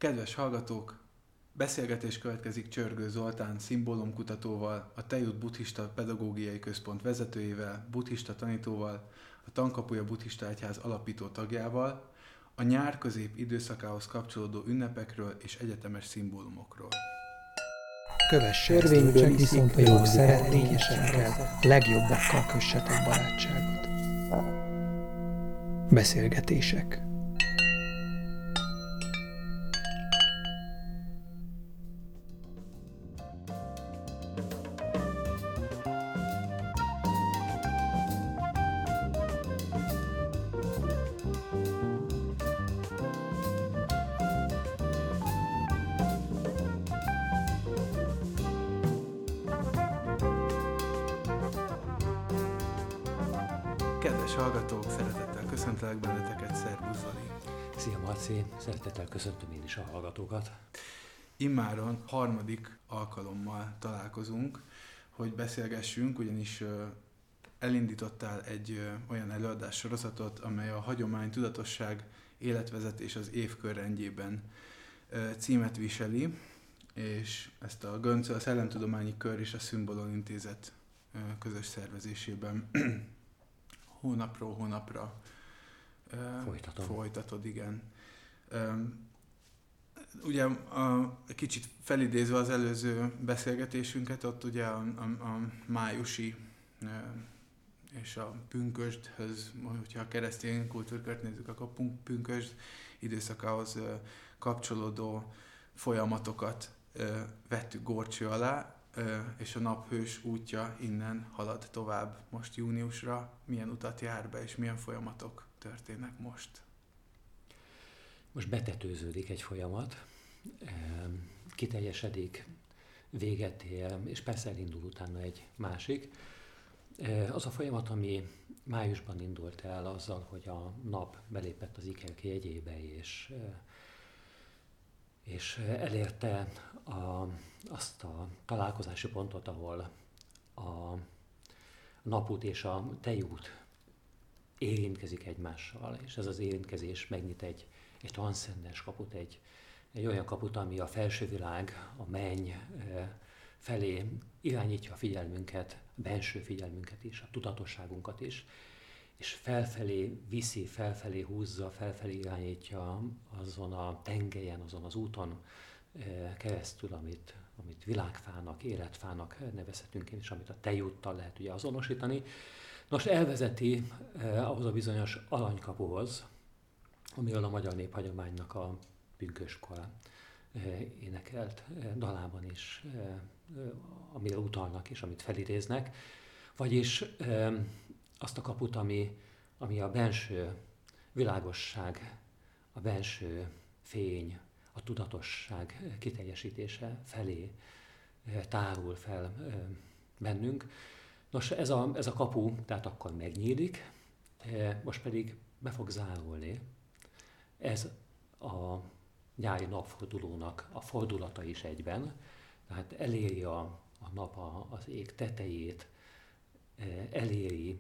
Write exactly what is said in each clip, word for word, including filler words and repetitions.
Kedves hallgatók, beszélgetés következik Csörgő Zoltán szimbólumkutatóval, a Tejút Buddhista Pedagógiai Központ vezetőjével, buddhista tanítóval, a Tankapuja Buddhista Egyház alapító tagjával, a nyár-közép időszakához kapcsolódó ünnepekről és egyetemes szimbólumokról. Kövesse törvényből, csak viszont a jó szeretnényesekkel, legjobbakkal kössetek barátságot. Beszélgetések. Kedves hallgatók, szeretettel köszöntelek benneteket, szervusz Zoli! Szia Marci, szeretettel köszöntöm én is a hallgatókat. Immáron harmadik alkalommal találkozunk, hogy beszélgessünk, ugyanis elindítottál egy olyan előadás sorozatot, amely a Hagyomány, tudatosság, életvezetés az év körrendjében címet viseli, és ezt a Göncöl Szellemtudományi Kör és a Szümbolon Intézet közös szervezésében hónapról hónapra Folytatom. folytatod, igen. Ugye a, kicsit felidézve az előző beszélgetésünket, ott ugye a, a, a májusi és a pünkösdhöz, hogyha a keresztény kultúrkört nézzük, akkor a pünkösd időszakához kapcsolódó folyamatokat vettük górcső alá, és a naphős útja innen halad tovább most júniusra. Milyen utat jár be, és milyen folyamatok történnek most? Most betetőződik egy folyamat, kiteljesedik, véget ér, és persze elindul utána egy másik. Az a folyamat, ami májusban indult el azzal, hogy a nap belépett az iker jegyébe, és és elérte a, azt a találkozási pontot, ahol a napút és a tejút érintkezik egymással, és ez az érintkezés megnyit egy, egy transzcendens kaput, egy, egy olyan kaput, ami a felső világ, a menny felé irányítja a figyelmünket, a benső figyelmünket is, a tudatosságunkat is, és felfelé viszi, felfelé húzza, felfelé irányítja azon a tengelyen, azon az úton keresztül, amit, amit világfának, életfának nevezhetünk, és amit a tejúttal lehet ugye azonosítani. Nos, elvezeti eh, ahhoz a bizonyos aranykapuhoz, amiről a magyar néphagyománynak a pünkösdkor eh, énekelt eh, dalában is, eh, amire utalnak és amit felidéznek, vagyis eh, azt a kaput, ami, ami a benső világosság, a benső fény, a tudatosság kiteljesítése felé tárul fel bennünk. Nos, ez a, ez a kapu tehát akkor megnyílik, most pedig be fog zárulni. Ez a nyári napfordulónak a fordulata is egyben, tehát eléri a, a nap a, az ég tetejét, eléri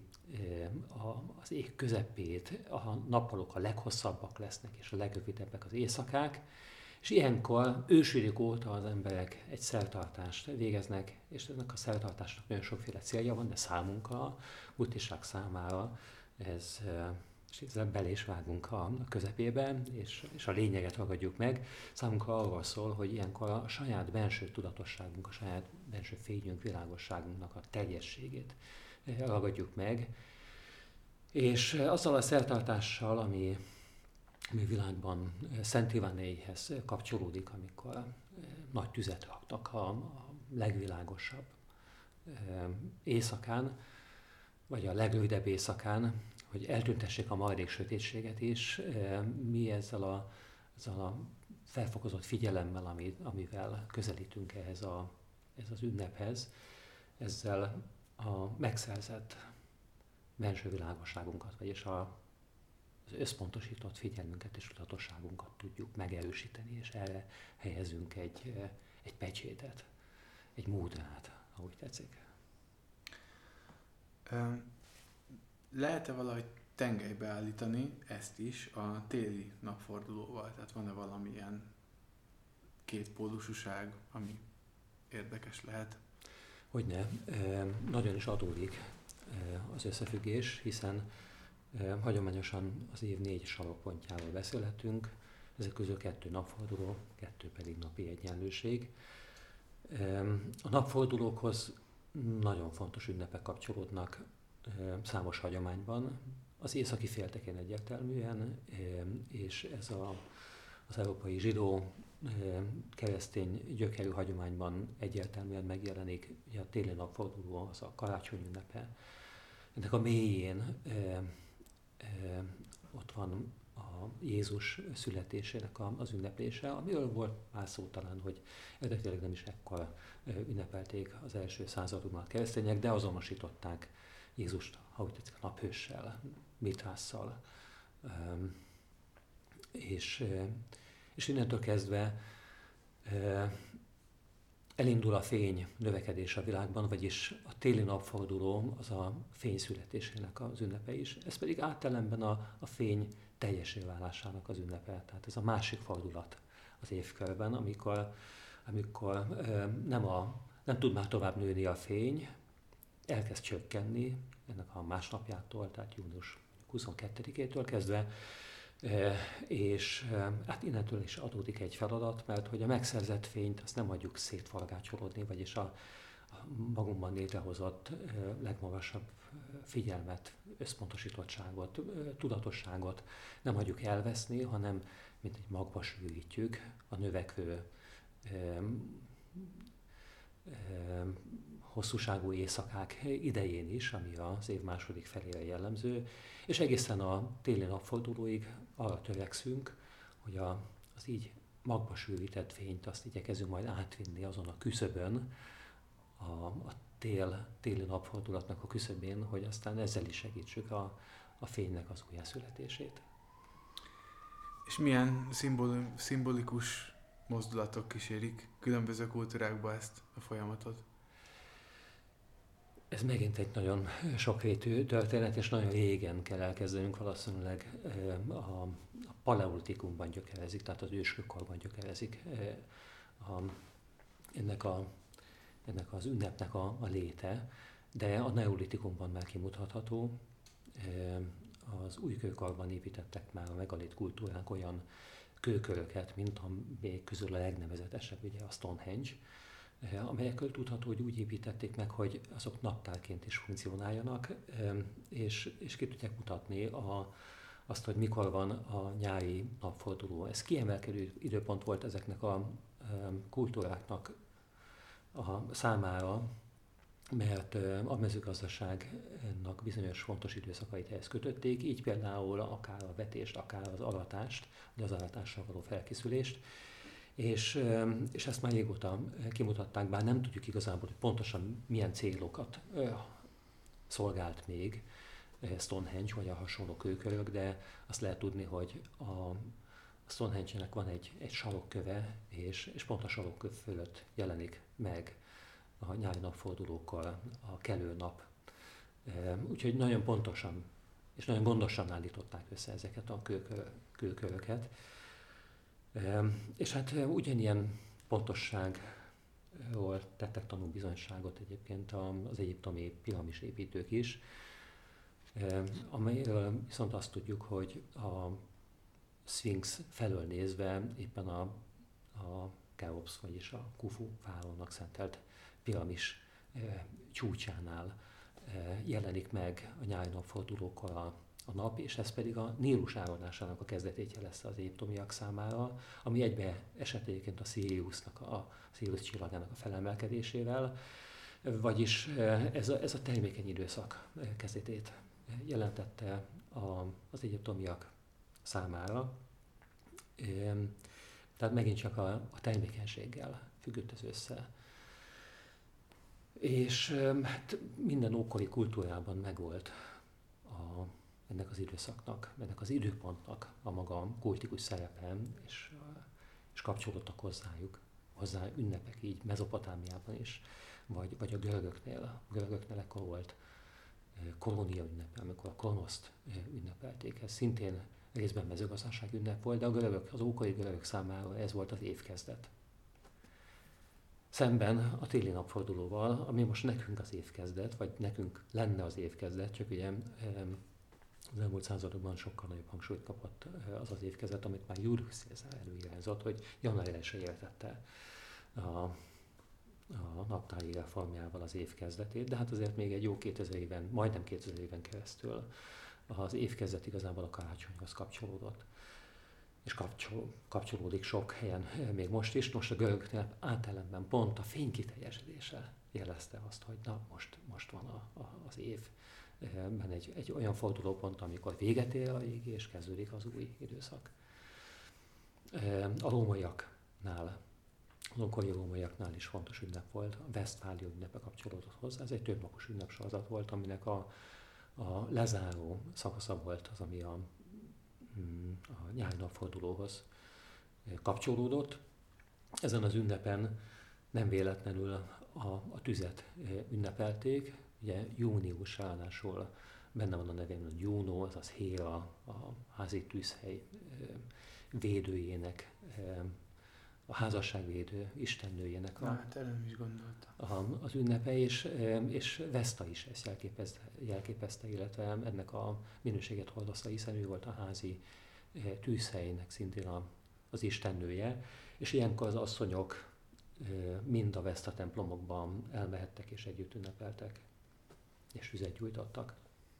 az ég közepét, a nappalok a leghosszabbak lesznek, és a legrövidebbek az éjszakák, és ilyenkor ősidők óta az emberek egy szertartást végeznek, és ennek a szertartásnak nagyon sokféle célja van, de számunkra, a buddhiság számára ez, és ezzel bele is vágunk a közepébe, és, és a lényeget ragadjuk meg. Számunkra arról szól, hogy ilyenkor a saját benső tudatosságunk, a saját benső fényünk, világosságunknak a teljességét ragadjuk meg, és azzal a szertartással, ami, ami világban Szent Ivánéihez kapcsolódik, amikor nagy tüzet raktak a, a legvilágosabb éjszakán, vagy a legrövidebb éjszakán, hogy eltüntessék a maradék sötétséget is, mi ezzel a, ezzel a felfokozott figyelemmel, amivel közelítünk ehhez a, ez az ünnephez, ezzel a megszerzett benső világosságunkat, vagyis a, az összpontosított figyelmünket és tudatosságunkat tudjuk megerősíteni, és erre helyezünk egy, egy pecsétet, egy múdrát, ahogy tetszik. Lehet-e valahogy tengelybe állítani ezt is a téli napfordulóval? Tehát van-e valamilyen kétpólusúság, ami érdekes lehet. Hogyne, e, nagyon is adódik e, az összefüggés, hiszen e, hagyományosan az év négy sarokpontjáról beszélhetünk, ezek közül kettő napforduló, kettő pedig napi egyenlőség. E, a napfordulókhoz nagyon fontos ünnepek kapcsolódnak e, számos hagyományban, az északi féltekén egyértelműen, e, és ez a, az európai zsidó keresztény gyökerű hagyományban egyértelműen megjelenik. Ugye a téli napforduló az a karácsony ünnepe. Ennek a mélyén e, e, ott van a Jézus születésének a, az ünneplése, amiről volt már szó talán, hogy eredetileg nem is ekkor ünnepelték az első században a keresztények, de azonosították Jézust, ha úgy tetszik, a naphőssel, Mitrásszal. E, és És innentől kezdve e, elindul a fény növekedése a világban, vagyis a téli napforduló az a fény születésének az ünnepe is. Ez pedig áttelemben a, a fény teljessé válásának az ünnepe. Tehát ez a másik fordulat az évkörben, amikor, amikor e, nem, a, nem tud már tovább nőni a fény, elkezd csökkenni ennek a másnapjától, tehát június huszonkettedikétől kezdve, E, és e, hát innentől is adódik egy feladat, mert hogy a megszerzett fényt azt nem hagyjuk szétforgácsolódni, vagyis a, a magunkban létrehozott e, legmagasabb figyelmet, összpontosítottságot, e, tudatosságot nem hagyjuk elveszni, hanem mint egy magba sűrítjük a növekvő e, e, hosszúságú éjszakák idején is, ami az év második felére jellemző, és egészen a téli napfordulóig arra törekszünk, hogy a, az így magba sűrített fényt azt igyekezünk majd átvinni azon a küszöbön, a, a tél, téli napfordulatnak a küszöbén, hogy aztán ezzel is segítsük a, a fénynek az újjászületését. És milyen szimbol, szimbolikus mozdulatok kísérik különböző kultúrákban ezt a folyamatot? Ez megint egy nagyon sokrétű történet, és nagyon régen kell elkezdenünk, valószínűleg a, a paleolitikumban gyökerezik, tehát az őskőkorban gyökerezik a, ennek, a, ennek az ünnepnek a, a léte, de a neolitikumban már kimutatható. Az újkőkorban építettek már a megalit kultúránk olyan kőköröket, mint amelyek közül a legnevezetesebb ugye a Stonehenge, amelyekről tudható, hogy úgy építették meg, hogy azok naptárként is funkcionáljanak, és, és ki tudják mutatni a, azt, hogy mikor van a nyári napforduló. Ez kiemelkedő időpont volt ezeknek a kultúráknak a számára, mert a mezőgazdaságnak bizonyos fontos időszakait ehhez kötötték, így például akár a vetést, akár az aratást, vagy az aratással való felkészülést. És, és ezt már régóta kimutatták, bár nem tudjuk igazából, hogy pontosan milyen célokat szolgált még Stonehenge vagy a hasonló kőkörök, de azt lehet tudni, hogy a Stonehenge-nek van egy, egy sarokköve, és, és pont a sarokköv fölött jelenik meg a nyári napfordulókkal a kelő nap. Úgyhogy nagyon pontosan és nagyon gondosan állították össze ezeket a kőkör, kőköröket. És hát ugyanilyen pontosságról tettek tanúbizonyságot egyébként az egyiptomi piramisépítők is, amelyről viszont azt tudjuk, hogy a Szfinx felől nézve éppen a, a Keops, vagyis a Khufu fáraónak szentelt piramis csúcsánál jelenik meg a nyári napfordulókkal a a nap, és ez pedig a Nílus áradásának a kezdetét jelezte az egyiptomiak számára, ami egybe esett egyébként a Siriusnak, a Sirius csillagának a felemelkedésével, vagyis ez a, ez a termékeny időszak kezdetét jelentette a, az egyiptomiak számára. Tehát megint csak a, a termékenységgel függött ez össze. És hát minden ókori kultúrában megvolt a ennek az időszaknak, ennek az időpontnak a maga kultikus szerepe, és, és kapcsolódtak hozzájuk, hozzá ünnepek így Mezopotámiában is, vagy, vagy a görögöknél. A görögöknél ekkor volt kolónia ünnepe, amikor a Kronoszt ünnepelték. Ez szintén részben mezőgazdaság ünnep volt, de a görögök, az ókori görögök számára ez volt az évkezdet. Szemben a téli napfordulóval, ami most nekünk az évkezdet, vagy nekünk lenne az évkezdet, csak ugye az elmúlt századokban sokkal nagyobb hangsúlyt kapott az az évkezdet, amit már Julius Caesar előirányzott, hogy január elsejére értette a, a naptári reformjával az évkezdetét, de hát azért még egy jó kétezer éven, majdnem kétezer éven keresztül az évkezdet igazából a karácsonyhoz kapcsolódott. És kapcsol, kapcsolódik sok helyen még most is. Most a görögöknél átellenben pont a fény kiteljesedése jelezte azt, hogy na most, most van a, a, az évben egy, egy olyan fordulópont, amikor véget ér a jég és kezdődik az új időszak. A rómaiaknál, az ókori rómaiaknál is fontos ünnep volt, a Vesztfália ünnepe kapcsolódott hozzá. Ez egy többnapos ünnepsorozat volt, aminek a, a lezáró szakasza volt az, ami a a nyári napfordulóhoz kapcsolódott. Ezen az ünnepen nem véletlenül a, a tüzet ünnepelték. Ugye június ráadásul benne van a nevén, hogy Juno, azaz Héra, a házi tűzhely védőjének, a házasságvédő istennőjének a, hát, is a, az ünnepe, és, és Veszta is ezt jelképezte, jelképezte, illetve ennek a minőséget hordozta, hiszen ő volt a házi tűzhelynek szintén a, az istennője, és ilyenkor az asszonyok mind a Veszta templomokban elmehettek és együtt ünnepeltek, és tüzet gyújtottak.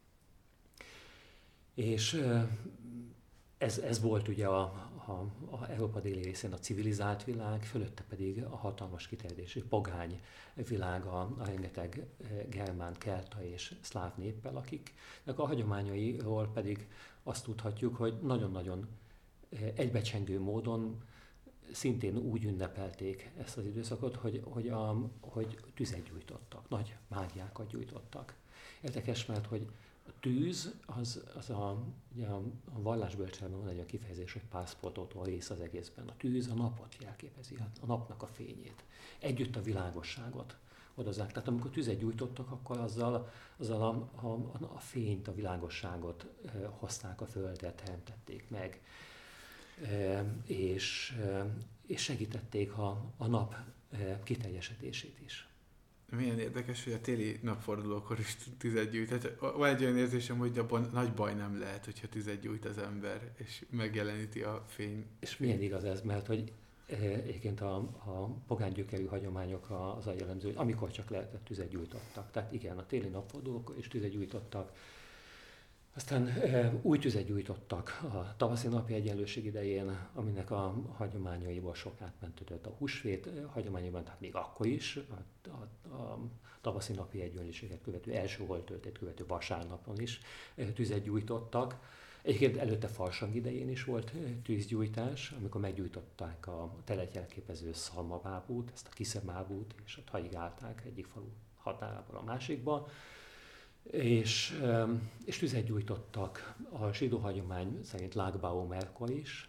És Ez, ez volt ugye a, a, a Európa déli részén a civilizált világ, fölötte pedig a hatalmas kiterjedésű pogány világ, a, a rengeteg germán, kelta és szláv néppel, akiknek a hagyományairól pedig azt tudhatjuk, hogy nagyon-nagyon egybecsengő módon szintén úgy ünnepelték ezt az időszakot, hogy, hogy, a, hogy tüzet gyújtottak, nagy mágiákat gyújtottak. Érdekes, mert hogy a tűz, az, az a, ugye a, a vallásbölcselben van egy olyan kifejezés, hogy pászportotól rész az egészben. A tűz a napot jelképezi, a napnak a fényét. Együtt a világosságot odazzák. Tehát amikor tüzet gyújtottak, akkor azzal, azzal a, a, a fényt, a világosságot e, hozták a földet, teremtették meg, e, és, e, és segítették a, a nap e, kiteljesedését is. Milyen érdekes, hogy a téli napfordulókor is tüzet gyújt. Tehát van egy olyan érzésem, hogy abban nagy baj nem lehet, hogyha tüzet gyújt az ember, és megjeleníti a fény. És milyen igaz ez, mert hogy egyébként a, a pogánygyökerű hagyományok az a jellemző, hogy amikor csak lehetett, tüzet gyújtottak. Tehát igen, a téli napfordulókor is tüzet gyújtottak. Aztán e, új tüzet gyújtottak a tavaszi napi egyenlőség idején, aminek a hagyományaiból sok átmentődött a húsvét hagyományaiban, tehát még akkor is, a, a, a tavaszi napi egyenlőséget követő első holttöltét követő vasárnapon is e, tüzet gyújtottak. Egyébként előtte farsang idején is volt tűzgyújtás, amikor meggyújtották a telet jelképező szalmabábút, ezt a kiszebábút, és ott haigálták egyik falu határából a másikba. És, és tüzet gyújtottak a zsidó hagyomány szerint Lágbáó Merkor is.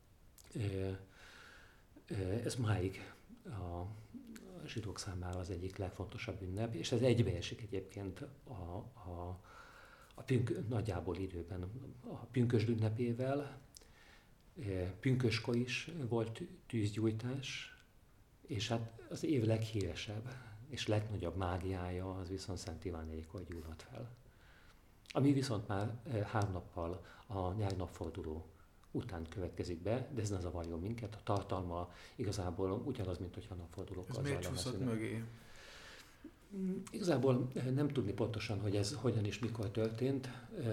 Ez máig a zsidók számára az egyik legfontosabb ünnep, és ez egybeesik egyébként a, a, a pünk, nagyjából időben a pünkösd ünnepével. Pünköskor is volt tűzgyújtás, és hát az év leghíresebb és legnagyobb mágiája az viszont Szent Iván jégkor gyulladt fel. Ami viszont már három nappal a nyári napforduló után következik be, de ez ne zavarjon minket, a tartalma igazából ugyanaz, mint hogyha napfordulókkal zajlanak. Ez miért csúszott mögé? Igazából nem tudni pontosan, hogy ez hogyan és mikor történt.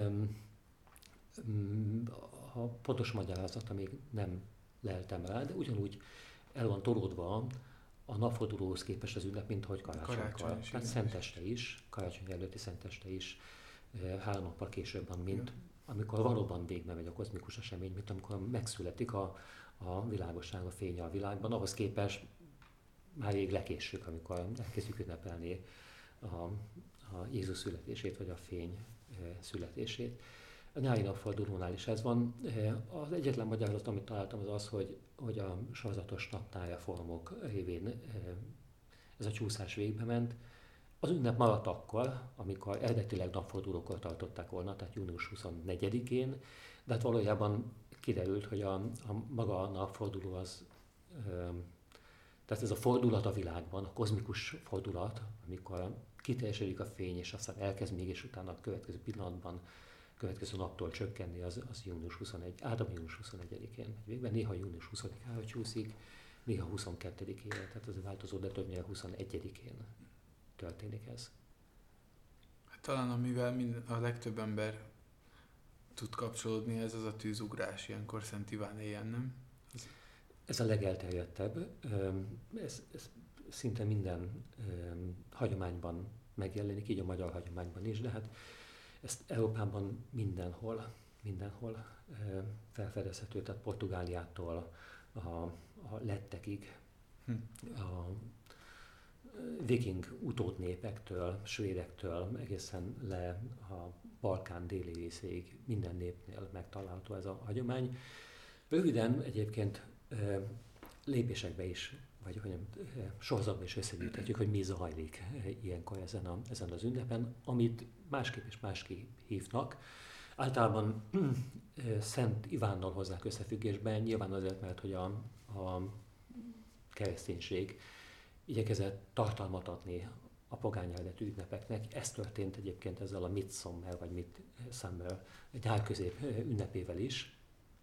A pontos magyarázata még nem leltem rá, de ugyanúgy el van tolódva a napfordulóhoz képest az ünnep, mint ahogy karácsonykor. Tehát szenteste is, karácsony előtti szenteste is, három nappal később van, mint ja. amikor valóban végbe megy a kozmikus esemény, mint amikor megszületik a, a világosság, a fénye a világban. Ahhoz képest már rég lekésünk, amikor elkezdjük ünnepelni a, a Jézus születését, vagy a fény születését. A nyári napfordulónál is ez van. Az egyetlen magyarázat, amit találtam, az az, hogy, hogy a sorozatos naptárreformok révén ez a csúszás végbe ment. Az ünnep maradt akkor, amikor eredetileg napfordulókor tartották volna, tehát június huszonnegyedikén, de hát valójában kiderült, hogy a, a maga a napforduló az, Tehát ez a fordulat a világban, a kozmikus fordulat, amikor kiteljesedik a fény, és aztán elkezd mégis utána a következő pillanatban, következő naptól csökkenni, az, az június huszonegyedikén, általában június huszonegyedikén megy végbe, néha június huszonegyedikével csúszik, néha huszonkettedikére, tehát ez változó, de többnyire huszonegyedikén történik ez. Hát talán amivel minden, a legtöbb ember tud kapcsolódni, ez az a tűzugrás, ilyenkor Szent Iván éjjel, nem? Ez, ez a legelterjedtebb, ez, ez szinte minden hagyományban megjelenik, így a magyar hagyományban is, de hát ezt Európában mindenhol, mindenhol felfedezhető, tehát Portugáliától a, a lettekig, hm. a viking utódnépektől, svédektől egészen le a Balkán déli részéig minden népnél megtalálható ez a hagyomány. Röviden egyébként lépésekbe is, vagy hogy sorozatban is összegyűjthetjük, hogy mi zajlik ilyenkor ezen, a, ezen az ünnepen, amit másképp és másképp hívnak. Általában Szent Ivánnal hozzák összefüggésben, nyilván azért, mert hogy a, a kereszténység igyekezett tartalmat adni a pogány eredetű ünnepeknek. Ez történt egyébként ezzel a Midsummer, vagy Midsummer nyárközép ünnepével is.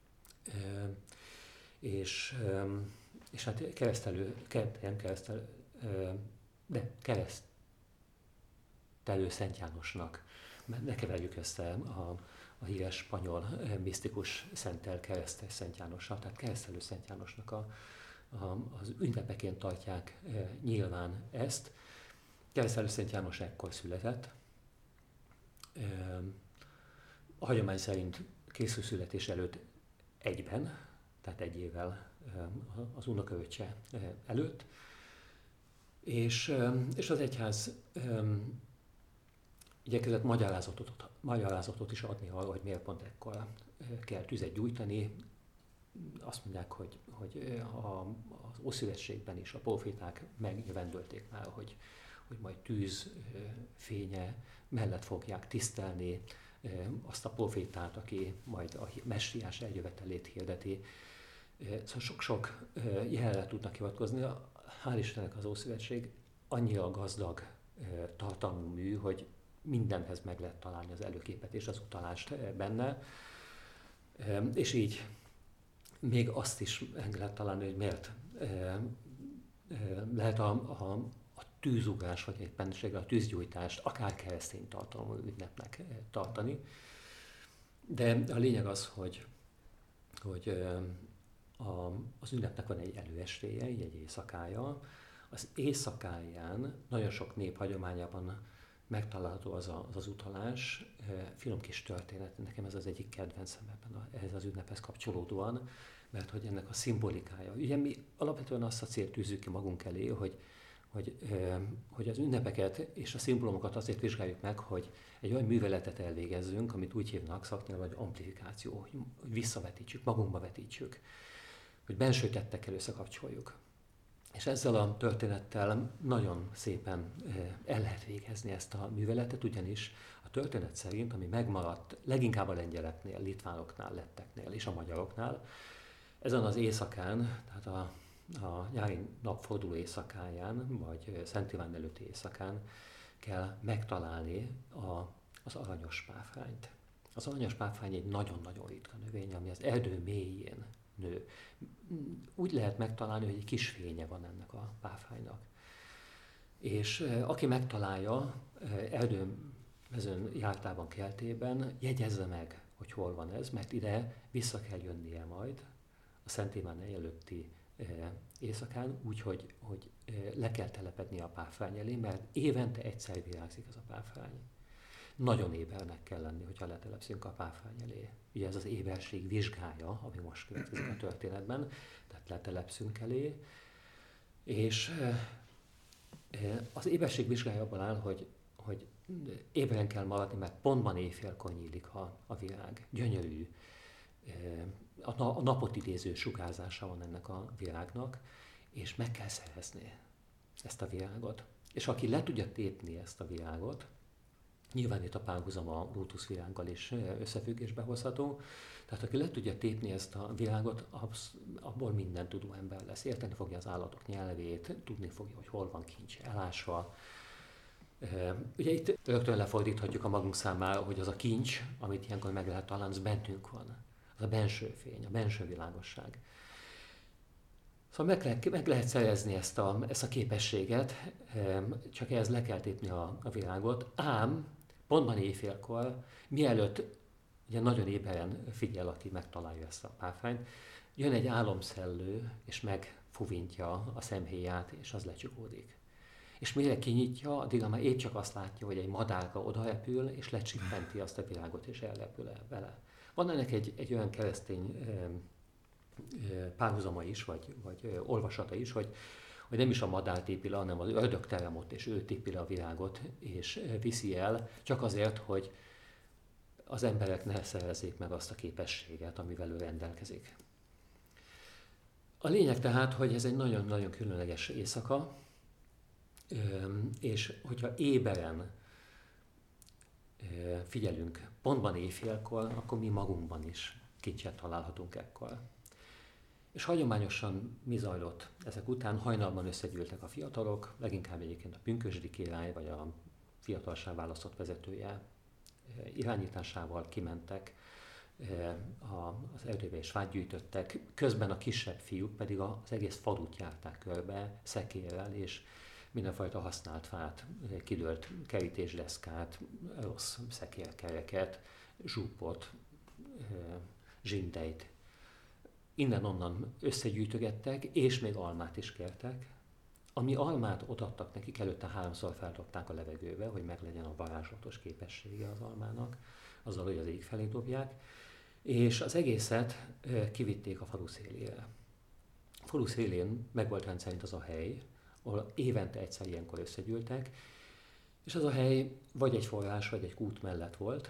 És, és hát keresztelő, nem keresztelő, de keresztelő Szent Jánosnak, mert ne keverjük össze a, a híres spanyol misztikus szenttel, keresztes Szent Jánossal, tehát keresztelő Szent Jánosnak a, a, az ünnepeként tartják e, nyilván ezt. Keresztelő Szent János ekkor született. E, a hagyomány szerint Krisztus születés előtt egyben, tehát egy évvel e, az unokaöccse e, előtt, és, e, és az egyház e, igyekezett magyarázatot, magyarázatot is adni arra, hogy miért pont ekkor kell tüzet gyújtani. Azt mondják, hogy, hogy a, az Ószövetségben is a proféták megjövendölték már, hogy, hogy majd tűz fénye mellett fogják tisztelni azt a profétát, aki majd a messiás eljövetelét hirdeti. Szóval sok-sok jelre tudnak hivatkozni. Hál' Istennek az Ószövetség annyira gazdag tartalmú mű, hogy mindenhez meg lehet találni az előképet és az utalást benne. És így még azt is meg lehet találni, hogy miért lehet a, a, a tűzugrás, vagy éppenséggel a tűzgyújtást akár keresztény tartalmú ünnepnek tartani. De a lényeg az, hogy, hogy a, az ünnepnek van egy előestéje, egy éjszakája. Az éjszakáján nagyon sok nép hagyományában megtalálható az, a, az az utalás, e, finom kis történet, nekem ez az egyik kedvencem ebben a, ehhez az ünnephez kapcsolódóan, mert hogy ennek a szimbolikája. Ugye mi alapvetően azt a célt tűzzük ki magunk elé, hogy, hogy, e, hogy az ünnepeket és a szimbólumokat azért vizsgáljuk meg, hogy egy olyan műveletet elvégezzünk, amit úgy hívnak szaknyelven, hogy amplifikáció, hogy visszavetítsük, magunkba vetítsük, hogy benső tettekkel összekapcsoljuk. És ezzel a történettel nagyon szépen el lehet végezni ezt a műveletet, ugyanis a történet szerint, ami megmaradt leginkább a lengyeleknél, litvánoknál, letteknél és a magyaroknál, ezen az éjszakán, tehát a, a nyári napforduló éjszakáján, vagy Szent Iván előtti éjszakán kell megtalálni a, az aranyos páfrányt. Az aranyos páfrány egy nagyon-nagyon ritka növény, ami az erdő mélyén nő. Úgy lehet megtalálni, hogy egy kis fénye van ennek a páfránynak. És eh, aki megtalálja eh, erdőmezőn jártában, keltében, jegyezze meg, hogy hol van ez, mert ide vissza kell jönnie majd a Szent Iván előtti eh, éjszakán, úgyhogy hogy, eh, le kell telepednie a páfrány elé, mert évente egyszer virágzik ez a páfrány. Nagyon ébernek kell lenni, hogyha letelepszünk a páfrány elé. Ugye ez az éberség vizsgája, ami most következik a történetben, tehát letelepszünk elé. És az éberség vizsgája abban áll, hogy, hogy éberen kell maradni, mert pontban éjfélkor nyílik a, a virág. Gyönyörű, a, a napot idéző sugárzása van ennek a virágnak, és meg kell szerezni ezt a virágot. És aki le tudja tépni ezt a virágot, Nyilván itt a párhuzam a lótuszvilággal is összefüggésbe hozható. Tehát aki le tudja tépni ezt a világot, abból minden tudó ember lesz. Érteni fogja az állatok nyelvét, tudni fogja, hogy hol van kincs elásva. Ugye itt rögtön lefordíthatjuk a magunk számára, hogy az a kincs, amit ilyenkor meg lehet találni, az bennünk van. Az a benső fény, a benső világosság. Szóval meg lehet, meg lehet szerezni ezt a, ezt a képességet, csak ehhez le kell tépni a, a világot. Ám pontban éjfélkor, mielőtt ugye nagyon éberen figyel, aki megtalálja ezt a párfányt, jön egy álomszellő, és megfuvintja a szemhéját, és az lecsukódik. És mire kinyitja, addigra már épp csak azt látja, hogy egy madárka odarepül, és lecsippenti azt a világot, és elrepül el vele. Van ennek egy, egy olyan keresztény párhuzama is, vagy, vagy olvasata is, hogy, hogy nem is a madár tépi le, hanem az ördög terem ott, és ő tépi le a világot, és viszi el, csak azért, hogy az emberek ne szerezzék meg azt a képességet, amivel ő rendelkezik. A lényeg tehát, hogy ez egy nagyon-nagyon különleges éjszaka, és hogyha éberen figyelünk pontban éjfélkor, akkor mi magunkban is kincset találhatunk ekkor. És hagyományosan mi zajlott? Ezek után hajnalban összegyűltek a fiatalok, leginkább egyébként a pünkösdi király, vagy a fiatalság választott vezetője irányításával kimentek az erdőbe és fát gyűjtöttek, közben a kisebb fiúk pedig az egész falut járták körbe szekérrel, és mindenfajta használt fát, kidőlt kerítésdeszkát, rossz szekérkereket, zsúpot, zsindeit. Innen-onnan összegyűjtögettek, és még almát is kértek. Ami almát odaadtak nekik, előtte háromszor feldobták a levegőbe, hogy meglegyen a varázslatos képessége az almának, azzal, hogy az ég felé dobják, és az egészet kivitték a falu szélére. A falu szélén meg volt rendszerint az a hely, ahol évente egyszer ilyenkor összegyűltek, és az a hely vagy egy forrás, vagy egy kút mellett volt,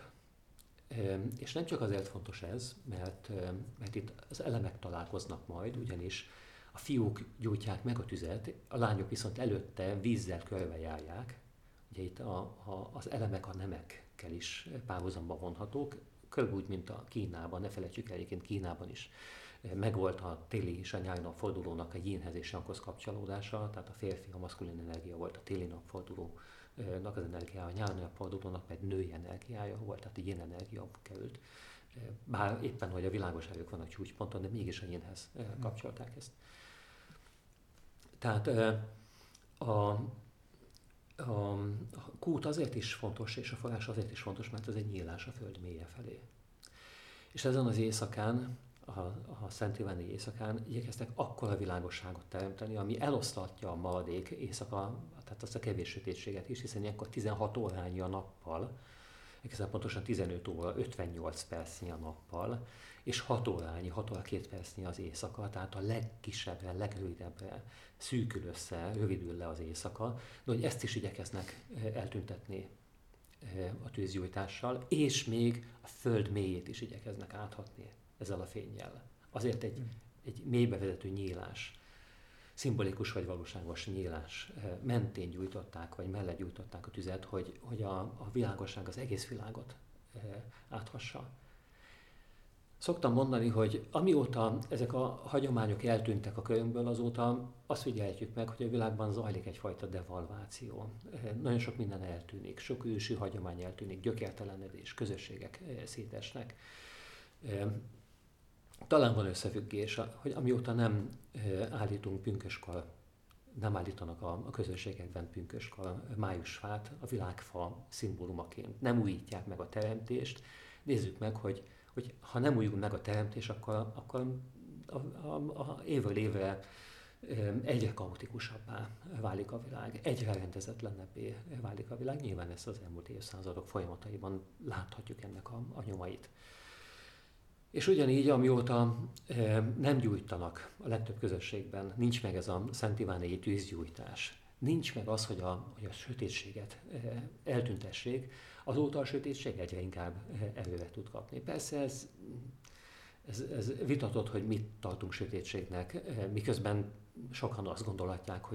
és nem csak azért fontos ez, mert, mert itt az elemek találkoznak majd, ugyanis a fiúk gyújtják meg a tüzet, a lányok viszont előtte vízzel körbejárják. Ugye itt a, a, az elemek a nemekkel is párhuzamba vonhatók, körülbelül úgy, mint a Kínában, ne felejtsük el, egyébként Kínában is megvolt a téli és a nyári napfordulónak a yinhez és yanghoz kapcsolódása, tehát a férfi, a maszkulin energia volt a téli napfordulónak az energiája, a nyári napfordulónak pedig női energiája volt, tehát a yin energia került. Bár éppen, hogy a világos erők vannak csúcsponton, de mégis a yinhez kapcsolták ezt. Tehát a, a, a kút azért is fontos, és a forrás azért is fontos, mert ez egy nyílás a föld mélye felé. És ezen az éjszakán, a, a Szent Iványi éjszakán igyekeztek akkora világosságot teremteni, ami eloszlatja a maradék éjszaka, tehát azt a kevés sötétséget is, hiszen ilyenkor tizenhat órányi a nappal, egészen pontosan tizenöt óra ötvennyolc percnyi a nappal, és hat órányi, hat óra két percnyi az éjszaka, tehát a legkisebbre, legrövidebbre szűkül össze, rövidül le az éjszaka, de hogy ezt is igyekeznek eltüntetni a tűzgyújtással, és még a föld mélyét is igyekeznek áthatni ezzel a fénnyel. Azért egy, egy mélybe vezető nyílás, szimbolikus vagy valóságos nyílás mentén gyújtották, vagy mellett gyújtották a tüzet, hogy, hogy a, a világosság az egész világot áthassa. Szoktam mondani, hogy amióta ezek a hagyományok eltűntek a körünkből, azóta azt figyelhetjük meg, hogy a világban zajlik egyfajta devalváció. Nagyon sok minden eltűnik, sok ősi hagyomány eltűnik, gyökértelenedés, közösségek szétesnek. Talán van összefüggés, hogy amióta nem állítunk pünköskor, nem állítanak a, a közösségekben pünköskor májusfát a világfa szimbólumaként, nem újítják meg a teremtést. Nézzük meg, hogy, hogy ha nem újul meg a teremtés, akkor, akkor a, a, a évről évre egyre kaotikusabbá válik a világ, egyre rendezetlenebbé válik a világ. Nyilván ezt az elmúlt évszázadok folyamataiban láthatjuk ennek a, a nyomait. És ugyanígy, amióta e, nem gyújtanak a legtöbb közösségben, nincs meg ez a Szent Iványi tűzgyújtás, nincs meg az, hogy a, hogy a sötétséget e, eltüntessék, azóta a sötétség egyre inkább erőre tud kapni. Persze ez, ez, ez vitatott, hogy mit tartunk sötétségnek, e, miközben sokan azt gondolhatják, hogy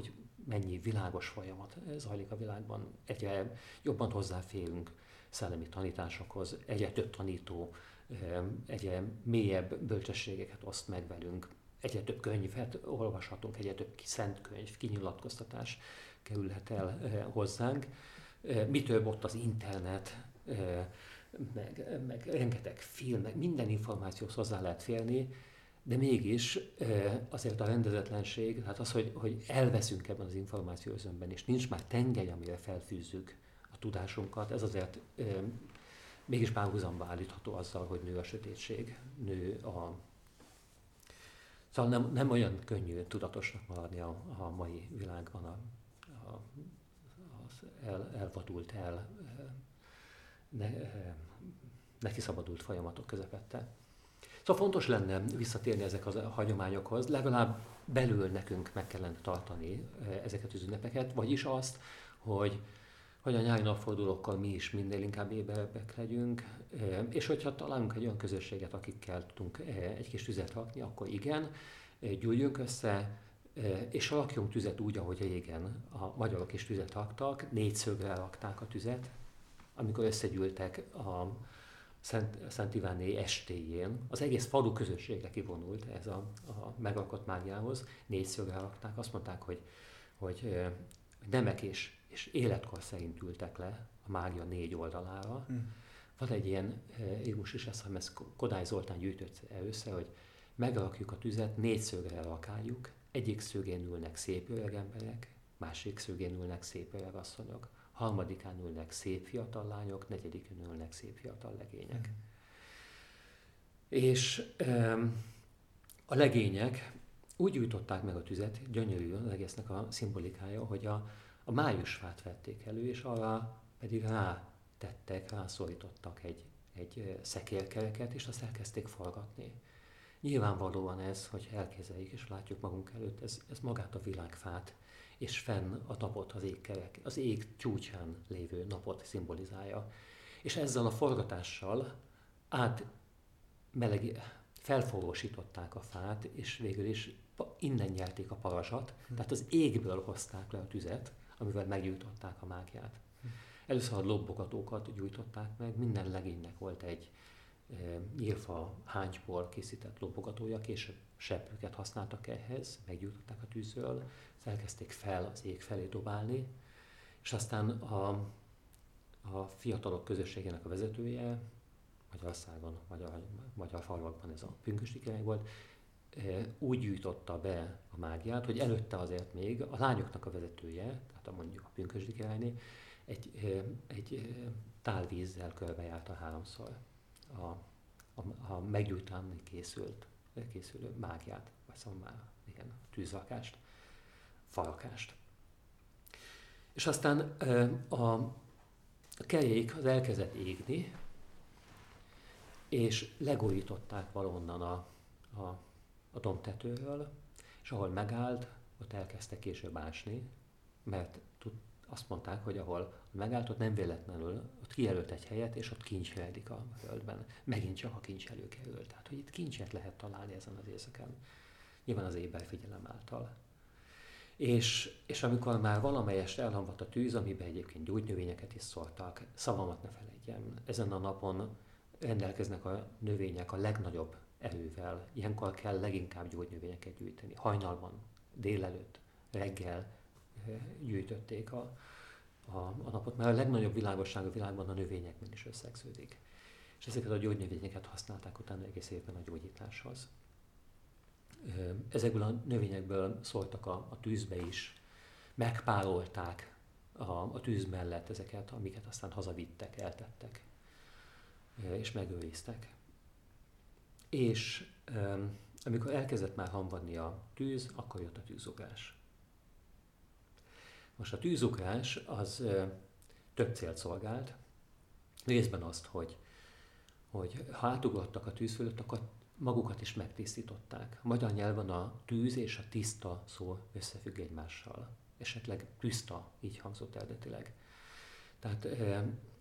mennyi világos folyamat zajlik a világban. Egyre jobban hozzáférünk szellemi tanításokhoz, egyre több tanító, egyre mélyebb bölcsességeket oszt meg velünk, egyre több könyvet olvashatunk, egyre több szent könyv, kinyilatkoztatás kerülhet el hozzánk. Mi több, ott az internet, meg, meg rengeteg film, meg minden információhoz hozzá lehet férni, de mégis azért a rendezetlenség, tehát az, hogy, hogy elveszünk ebben az információözönben, és nincs már tengely, amire felfűzzük a tudásunkat, ez azért mégis párhuzamba állítható azzal, hogy nő a sötétség, nő a... Szóval nem, nem olyan könnyű tudatosnak maradni a, a mai világban, a, a, az el, elvadult, el, ne, neki szabadult folyamatok közepette. Szóval fontos lenne visszatérni ezek a hagyományokhoz, legalább belül nekünk meg kellene tartani ezeket az ünnepeket, vagyis azt, hogy, hogy a nyári napfordulókkal mi is minél inkább éberebbek legyünk, és hogyha találunk egy olyan közösséget, akikkel tudunk egy kis tüzet rakni, akkor igen, gyűjjünk össze, és rakjunk tüzet úgy, ahogy régen a magyarok is tüzet raktak, négyszögre rakták a tüzet, amikor összegyűltek a Szent, Szent Iváné estéjén, az egész falu közösségre kivonult ez a, a megrakott mágiához, négyszögre rakták, azt mondták, hogy, hogy nemek és, és életkor szerint ültek le a mágia négy oldalára. Hmm. Van egy ilyen írmus is, ezt, ezt Kodály Zoltán gyűjtött össze, hogy megrakjuk a tüzet, négyszögre rakáljuk, egyik szögén ülnek szép öreg emberek, másik szögén ülnek szép öreg asszonyok, harmadikán ülnek szép fiatal lányok, negyedikén ülnek szép fiatal legények. Mm. És um, a legények úgy gyújtották meg a tüzet, gyönyörű az egésznek a szimbolikája, hogy a, a májusfát vették elő, és arra pedig rátettek, rászorítottak egy, egy szekérkereket, és azt elkezdték forgatni. Nyilvánvalóan ez, hogy elképzeljük és látjuk magunk előtt, ez, ez magát a világfát, és fenn a napot, az égkerek, az ég csúcsán lévő napot szimbolizálja. És ezzel a forgatással át melegi, felforrósították a fát, és végül is innen nyerték a parazsat, hm. tehát az égből hozták le a tüzet, amivel meggyújtották a mágiát. Hm. Először a lobbogatókat gyújtották meg, minden legénynek volt egy e, nyírfa háncsból készített lobbogatója, később seprőket használtak ehhez, meggyújtották a tűzről, elkezdték fel az ég felé dobálni, és aztán a, a fiatalok közösségének a vezetője, Magyarországon, magyar, magyar falvakban ez a pünkösdi király volt, úgy gyújtotta be a mágiát, hogy előtte azért még a lányoknak a vezetője, tehát a mondjuk a pünkösdi királyné, egy, egy tálvízzel körbejárta háromszor a, a, a meggyújtani készült, készülő mágiát, vagy szóval már igen, tűzrakást, farakást. És aztán a, a kerék az elkezdett égni, és legújították valonnan a, a, a dombtetőről, és ahol megállt, ott elkezdtek később ásni, mert tud, azt mondták, hogy ahol megállt, ott nem véletlenül, ott kijelölt egy helyet, és ott kincs rejlik a földben. Megint csak a kincs előkerül. Tehát, hogy itt kincset lehet találni ezen az éjszakán. Nyilván az éberfigyelem által. És, és amikor már valamelyest elhamvadt a tűz, amiben egyébként gyógynövényeket is szórtak, szavamat ne felejtjem, ezen a napon rendelkeznek a növények a legnagyobb erővel. Ilyenkor kell leginkább gyógynövényeket gyűjteni. Hajnalban, délelőtt, reggel gyűjtötték a, a, a napot, mert a legnagyobb világosság a világban a növényekben is összegződik. És ezeket a gyógynövényeket használták utána egész évben a gyógyításhoz. Ezekből a növényekből szóltak a, a tűzbe is, megpárolták a, a tűz mellett ezeket, amiket aztán hazavittek, eltettek, és megőriztek. És amikor elkezdett már hamvadni a tűz, akkor jött a tűzugrás. Most a tűzugrás az több célt szolgált. Részben azt, hogy, hogy ha átugrottak a tűz fölött, akkor magukat is megtisztították. A magyar nyelven a tűz és a tiszta szó összefügg egymással. Esetleg tiszta, így hangzott eredetileg. Tehát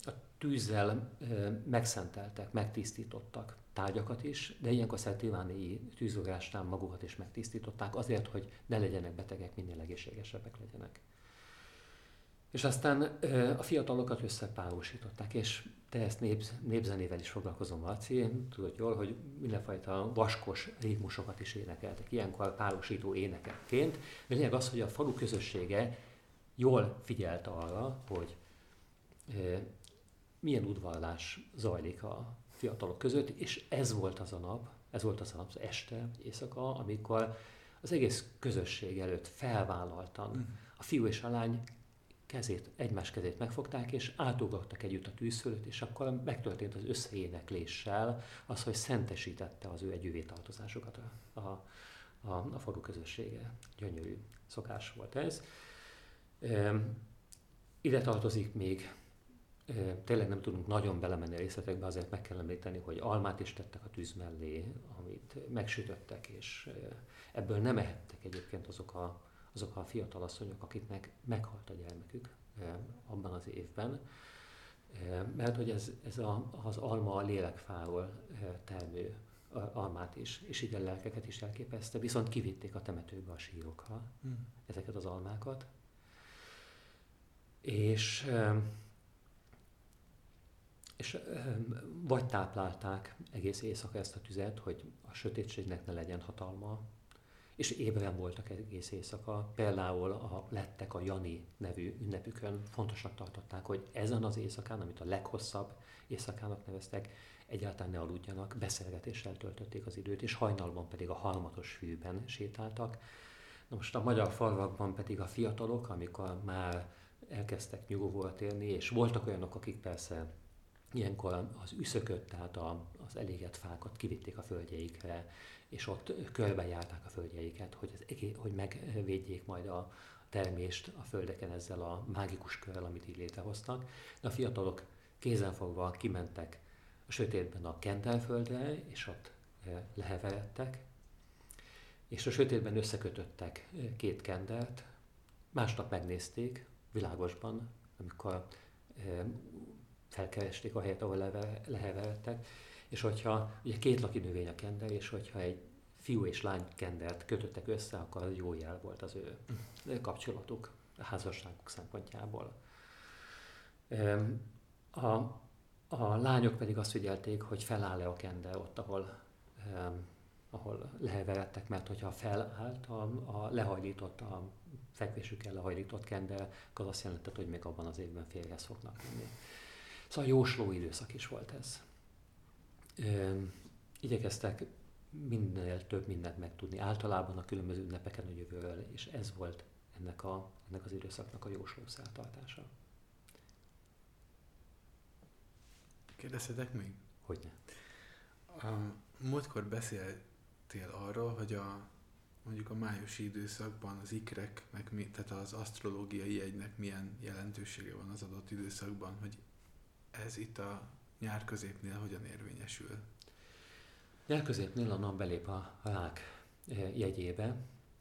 a tűzzel megszenteltek, megtisztítottak tárgyakat is, de ilyenkor Szeltíváni tűzolgásnál magukat is megtisztították azért, hogy ne legyenek betegek, minél egészségesebbek legyenek. És aztán a fiatalokat összepárosították, és te ezt népz, népzenével is foglalkozom, Marci, tudod jól, hogy mindenfajta vaskos ritmusokat is énekeltek, ilyenkor párosító énekekként. De lényeg az, hogy a falu közössége jól figyelt arra, hogy e, milyen udvarlás zajlik a fiatalok között, és ez volt az a nap, ez volt az az este, éjszaka, amikor az egész közösség előtt felvállaltan a fiú és a lány kezét, egymás kezét megfogták, és átugrottak együtt a tűz fölött, és akkor megtörtént az összeénekléssel az, hogy szentesítette az ő együvé tartozásokat a, a, a, a falu közössége. Gyönyörű szokás volt ez. E, ide tartozik még, e, tényleg nem tudunk nagyon belemenni a részletekbe, azért meg kell említeni, hogy almát is tettek a tűz mellé, amit megsütöttek, és e, ebből nem ehettek egyébként azok a azok a fiatal asszonyok, akiknek meghalt a gyermekük e, abban az évben, e, mert hogy ez, ez a, az alma a lélekfáról e, termő a, almát is, és így a lelkeket is elképezte, viszont kivitték a temetőbe a sírokra mm. ezeket az almákat, és, e, és e, vagy táplálták egész éjszaka ezt a tüzet, hogy a sötétségnek ne legyen hatalma, és ébren voltak egész éjszaka. Például a lettek a Jani nevű ünnepükön fontosnak tartották, hogy ezen az éjszakán, amit a leghosszabb éjszakának neveztek, egyáltalán ne aludjanak, beszélgetéssel töltötték az időt, és hajnalban pedig a harmatos fűben sétáltak. Na most a magyar falvakban pedig a fiatalok, amikor már elkezdtek nyugovóra térni, és voltak olyanok, akik persze ilyenkor az üszököt, tehát az elégett fákat kivitték a földjeikre, és ott körbejárták a földjeiket, hogy, ez, hogy megvédjék majd a termést a földeken ezzel a mágikus körrel, amit így létrehoztak. De a fiatalok kézenfogva kimentek a sötétben a kentelföldre, és ott leheveredtek, és a sötétben összekötöttek két kendert, másnap megnézték világosban, amikor felkeresték a helyet, ahol leheveredtek, és hogyha ugye két laki növény a kender, és hogyha egy fiú és lány kendert kötöttek össze, akkor az jó jel volt az ő kapcsolatuk, a házasságuk szempontjából. A, a lányok pedig azt figyelték, hogy feláll-e a kender ott, ahol, ahol leheveredtek, mert hogyha felállt a, a lehajlított, a fekvésükkel lehajlított kender, akkor azt jelentett, hogy még abban az évben férjhez fognak lenni. Szóval jósló időszak is volt ez. Üm, igyekeztek minél több mindent megtudni, általában a különböző ünnepeken a jövőről, és ez volt ennek, a, ennek az időszaknak a jósló szertartása. Kérdezhetek még? Hogyne. Um, múltkor beszéltél arról, hogy a, mondjuk a májusi időszakban az ikreknek, mi, tehát az asztrológiai jegynek milyen jelentősége van az adott időszakban, hogy ez itt a nyár középnél hogyan érvényesül? Nyár középnél a nap belép a rák jegyébe,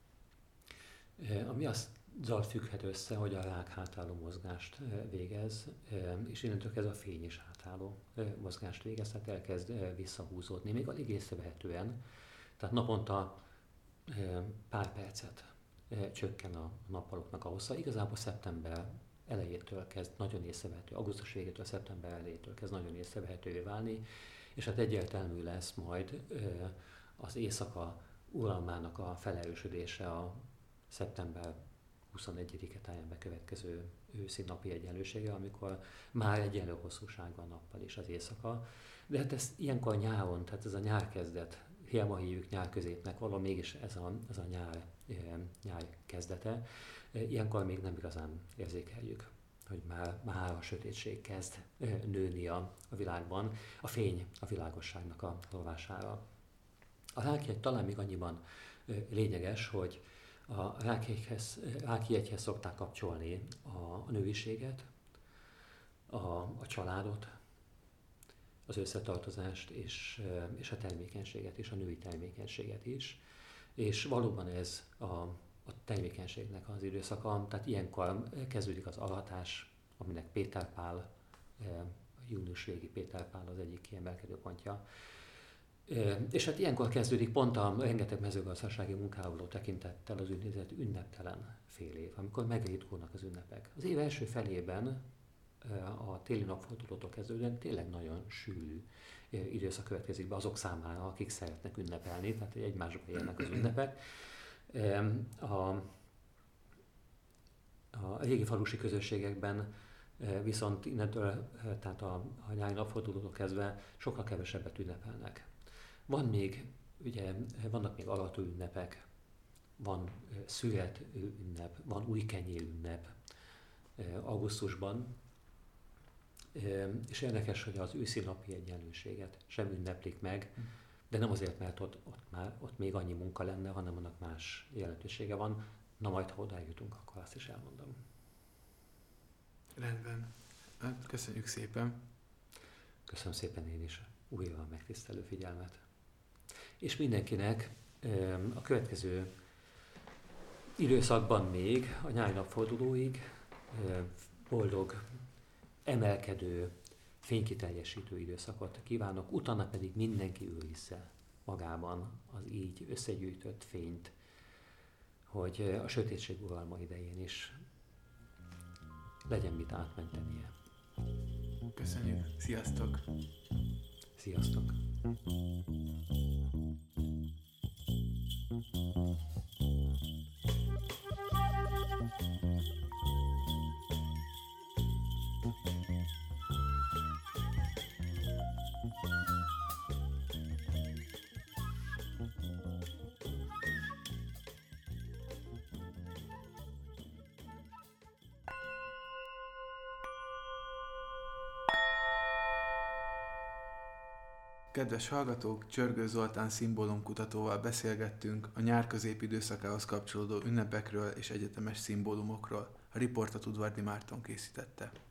ami azzal függhet össze, hogy a rák hátálló mozgást végez, és innentől kezdve a fény is hátálló mozgást végez, tehát elkezd visszahúzódni, még alig észrevehetően. Tehát naponta pár percet csökken a nappaloknak a hossza. Igazából szeptember elejétől kezd nagyon észrevehető, augusztus végétől, szeptember elejétől kezd nagyon észrevehetővé válni, és hát egyértelmű lesz majd az éjszaka uralmának a felerősödése a szeptember huszonegyedike táján bekövetkező őszi napi egyenlősége, amikor már egyenlő hosszúságban a nappal és az éjszaka. De hát ez ilyenkor nyáron, tehát ez a nyárkezdet, hiába hívjuk nyár középnek, való mégis ez a, ez a nyár, nyár kezdete. Ilyenkor még nem igazán érzékeljük, hogy már, már a sötétség kezd nőni a, a világban, a fény a világosságnak a rovására. A rákjegy talán még annyiban lényeges, hogy a rákjegyhez szokták kapcsolni a, a nőiséget, a, a családot, az összetartozást és, és a termékenységet is, a női termékenységet is. És valóban ez a, a termékenységnek az időszaka, tehát ilyenkor kezdődik az aratás, aminek Péter Pál június végi Péter Pál az egyik kiemelkedő pontja. És hát ilyenkor kezdődik pont a rengeteg mezőgazdasági munkával tekintettel az úgynevezett ünneptelen fél év, amikor megritkulnak az ünnepek. Az év első felében a téli napfordulótól kezdődően tényleg nagyon sűrű időszak következik be azok számára, akik szeretnek ünnepelni, tehát egymásba érnek az ünnepek. A, a régi falusi közösségekben viszont innentől, tehát a, a nyári napfordulótól kezdve sokkal kevesebbet ünnepelnek. Van még, ugye, vannak még arató ünnepek, van szület ünnep, van új kenyér ünnep augusztusban, és érdekes, hogy az őszi napi egyenlőséget sem ünneplik meg, de nem azért, mert ott, ott, már, ott még annyi munka lenne, hanem annak más jelentősége van. Na majd, ha oda jutunk, akkor azt is elmondom. Rendben. Hát, köszönjük szépen. Köszönöm szépen én is újra a megtisztelő figyelmet. És mindenkinek a következő időszakban még, a nyári napfordulóig boldog, emelkedő, fénykiteljesítő időszakot kívánok, utána pedig mindenki őrizze magában az így összegyűjtött fényt, hogy a sötétség uralma idején is legyen mit átmentenie. Köszönjük. Sziasztok! Sziasztok! Kedves hallgatók, Csörgő Zoltán szimbólumkutatóval beszélgettünk a nyár középidőszakához kapcsolódó ünnepekről és egyetemes szimbólumokról. A riportot Udvardi Márton készítette.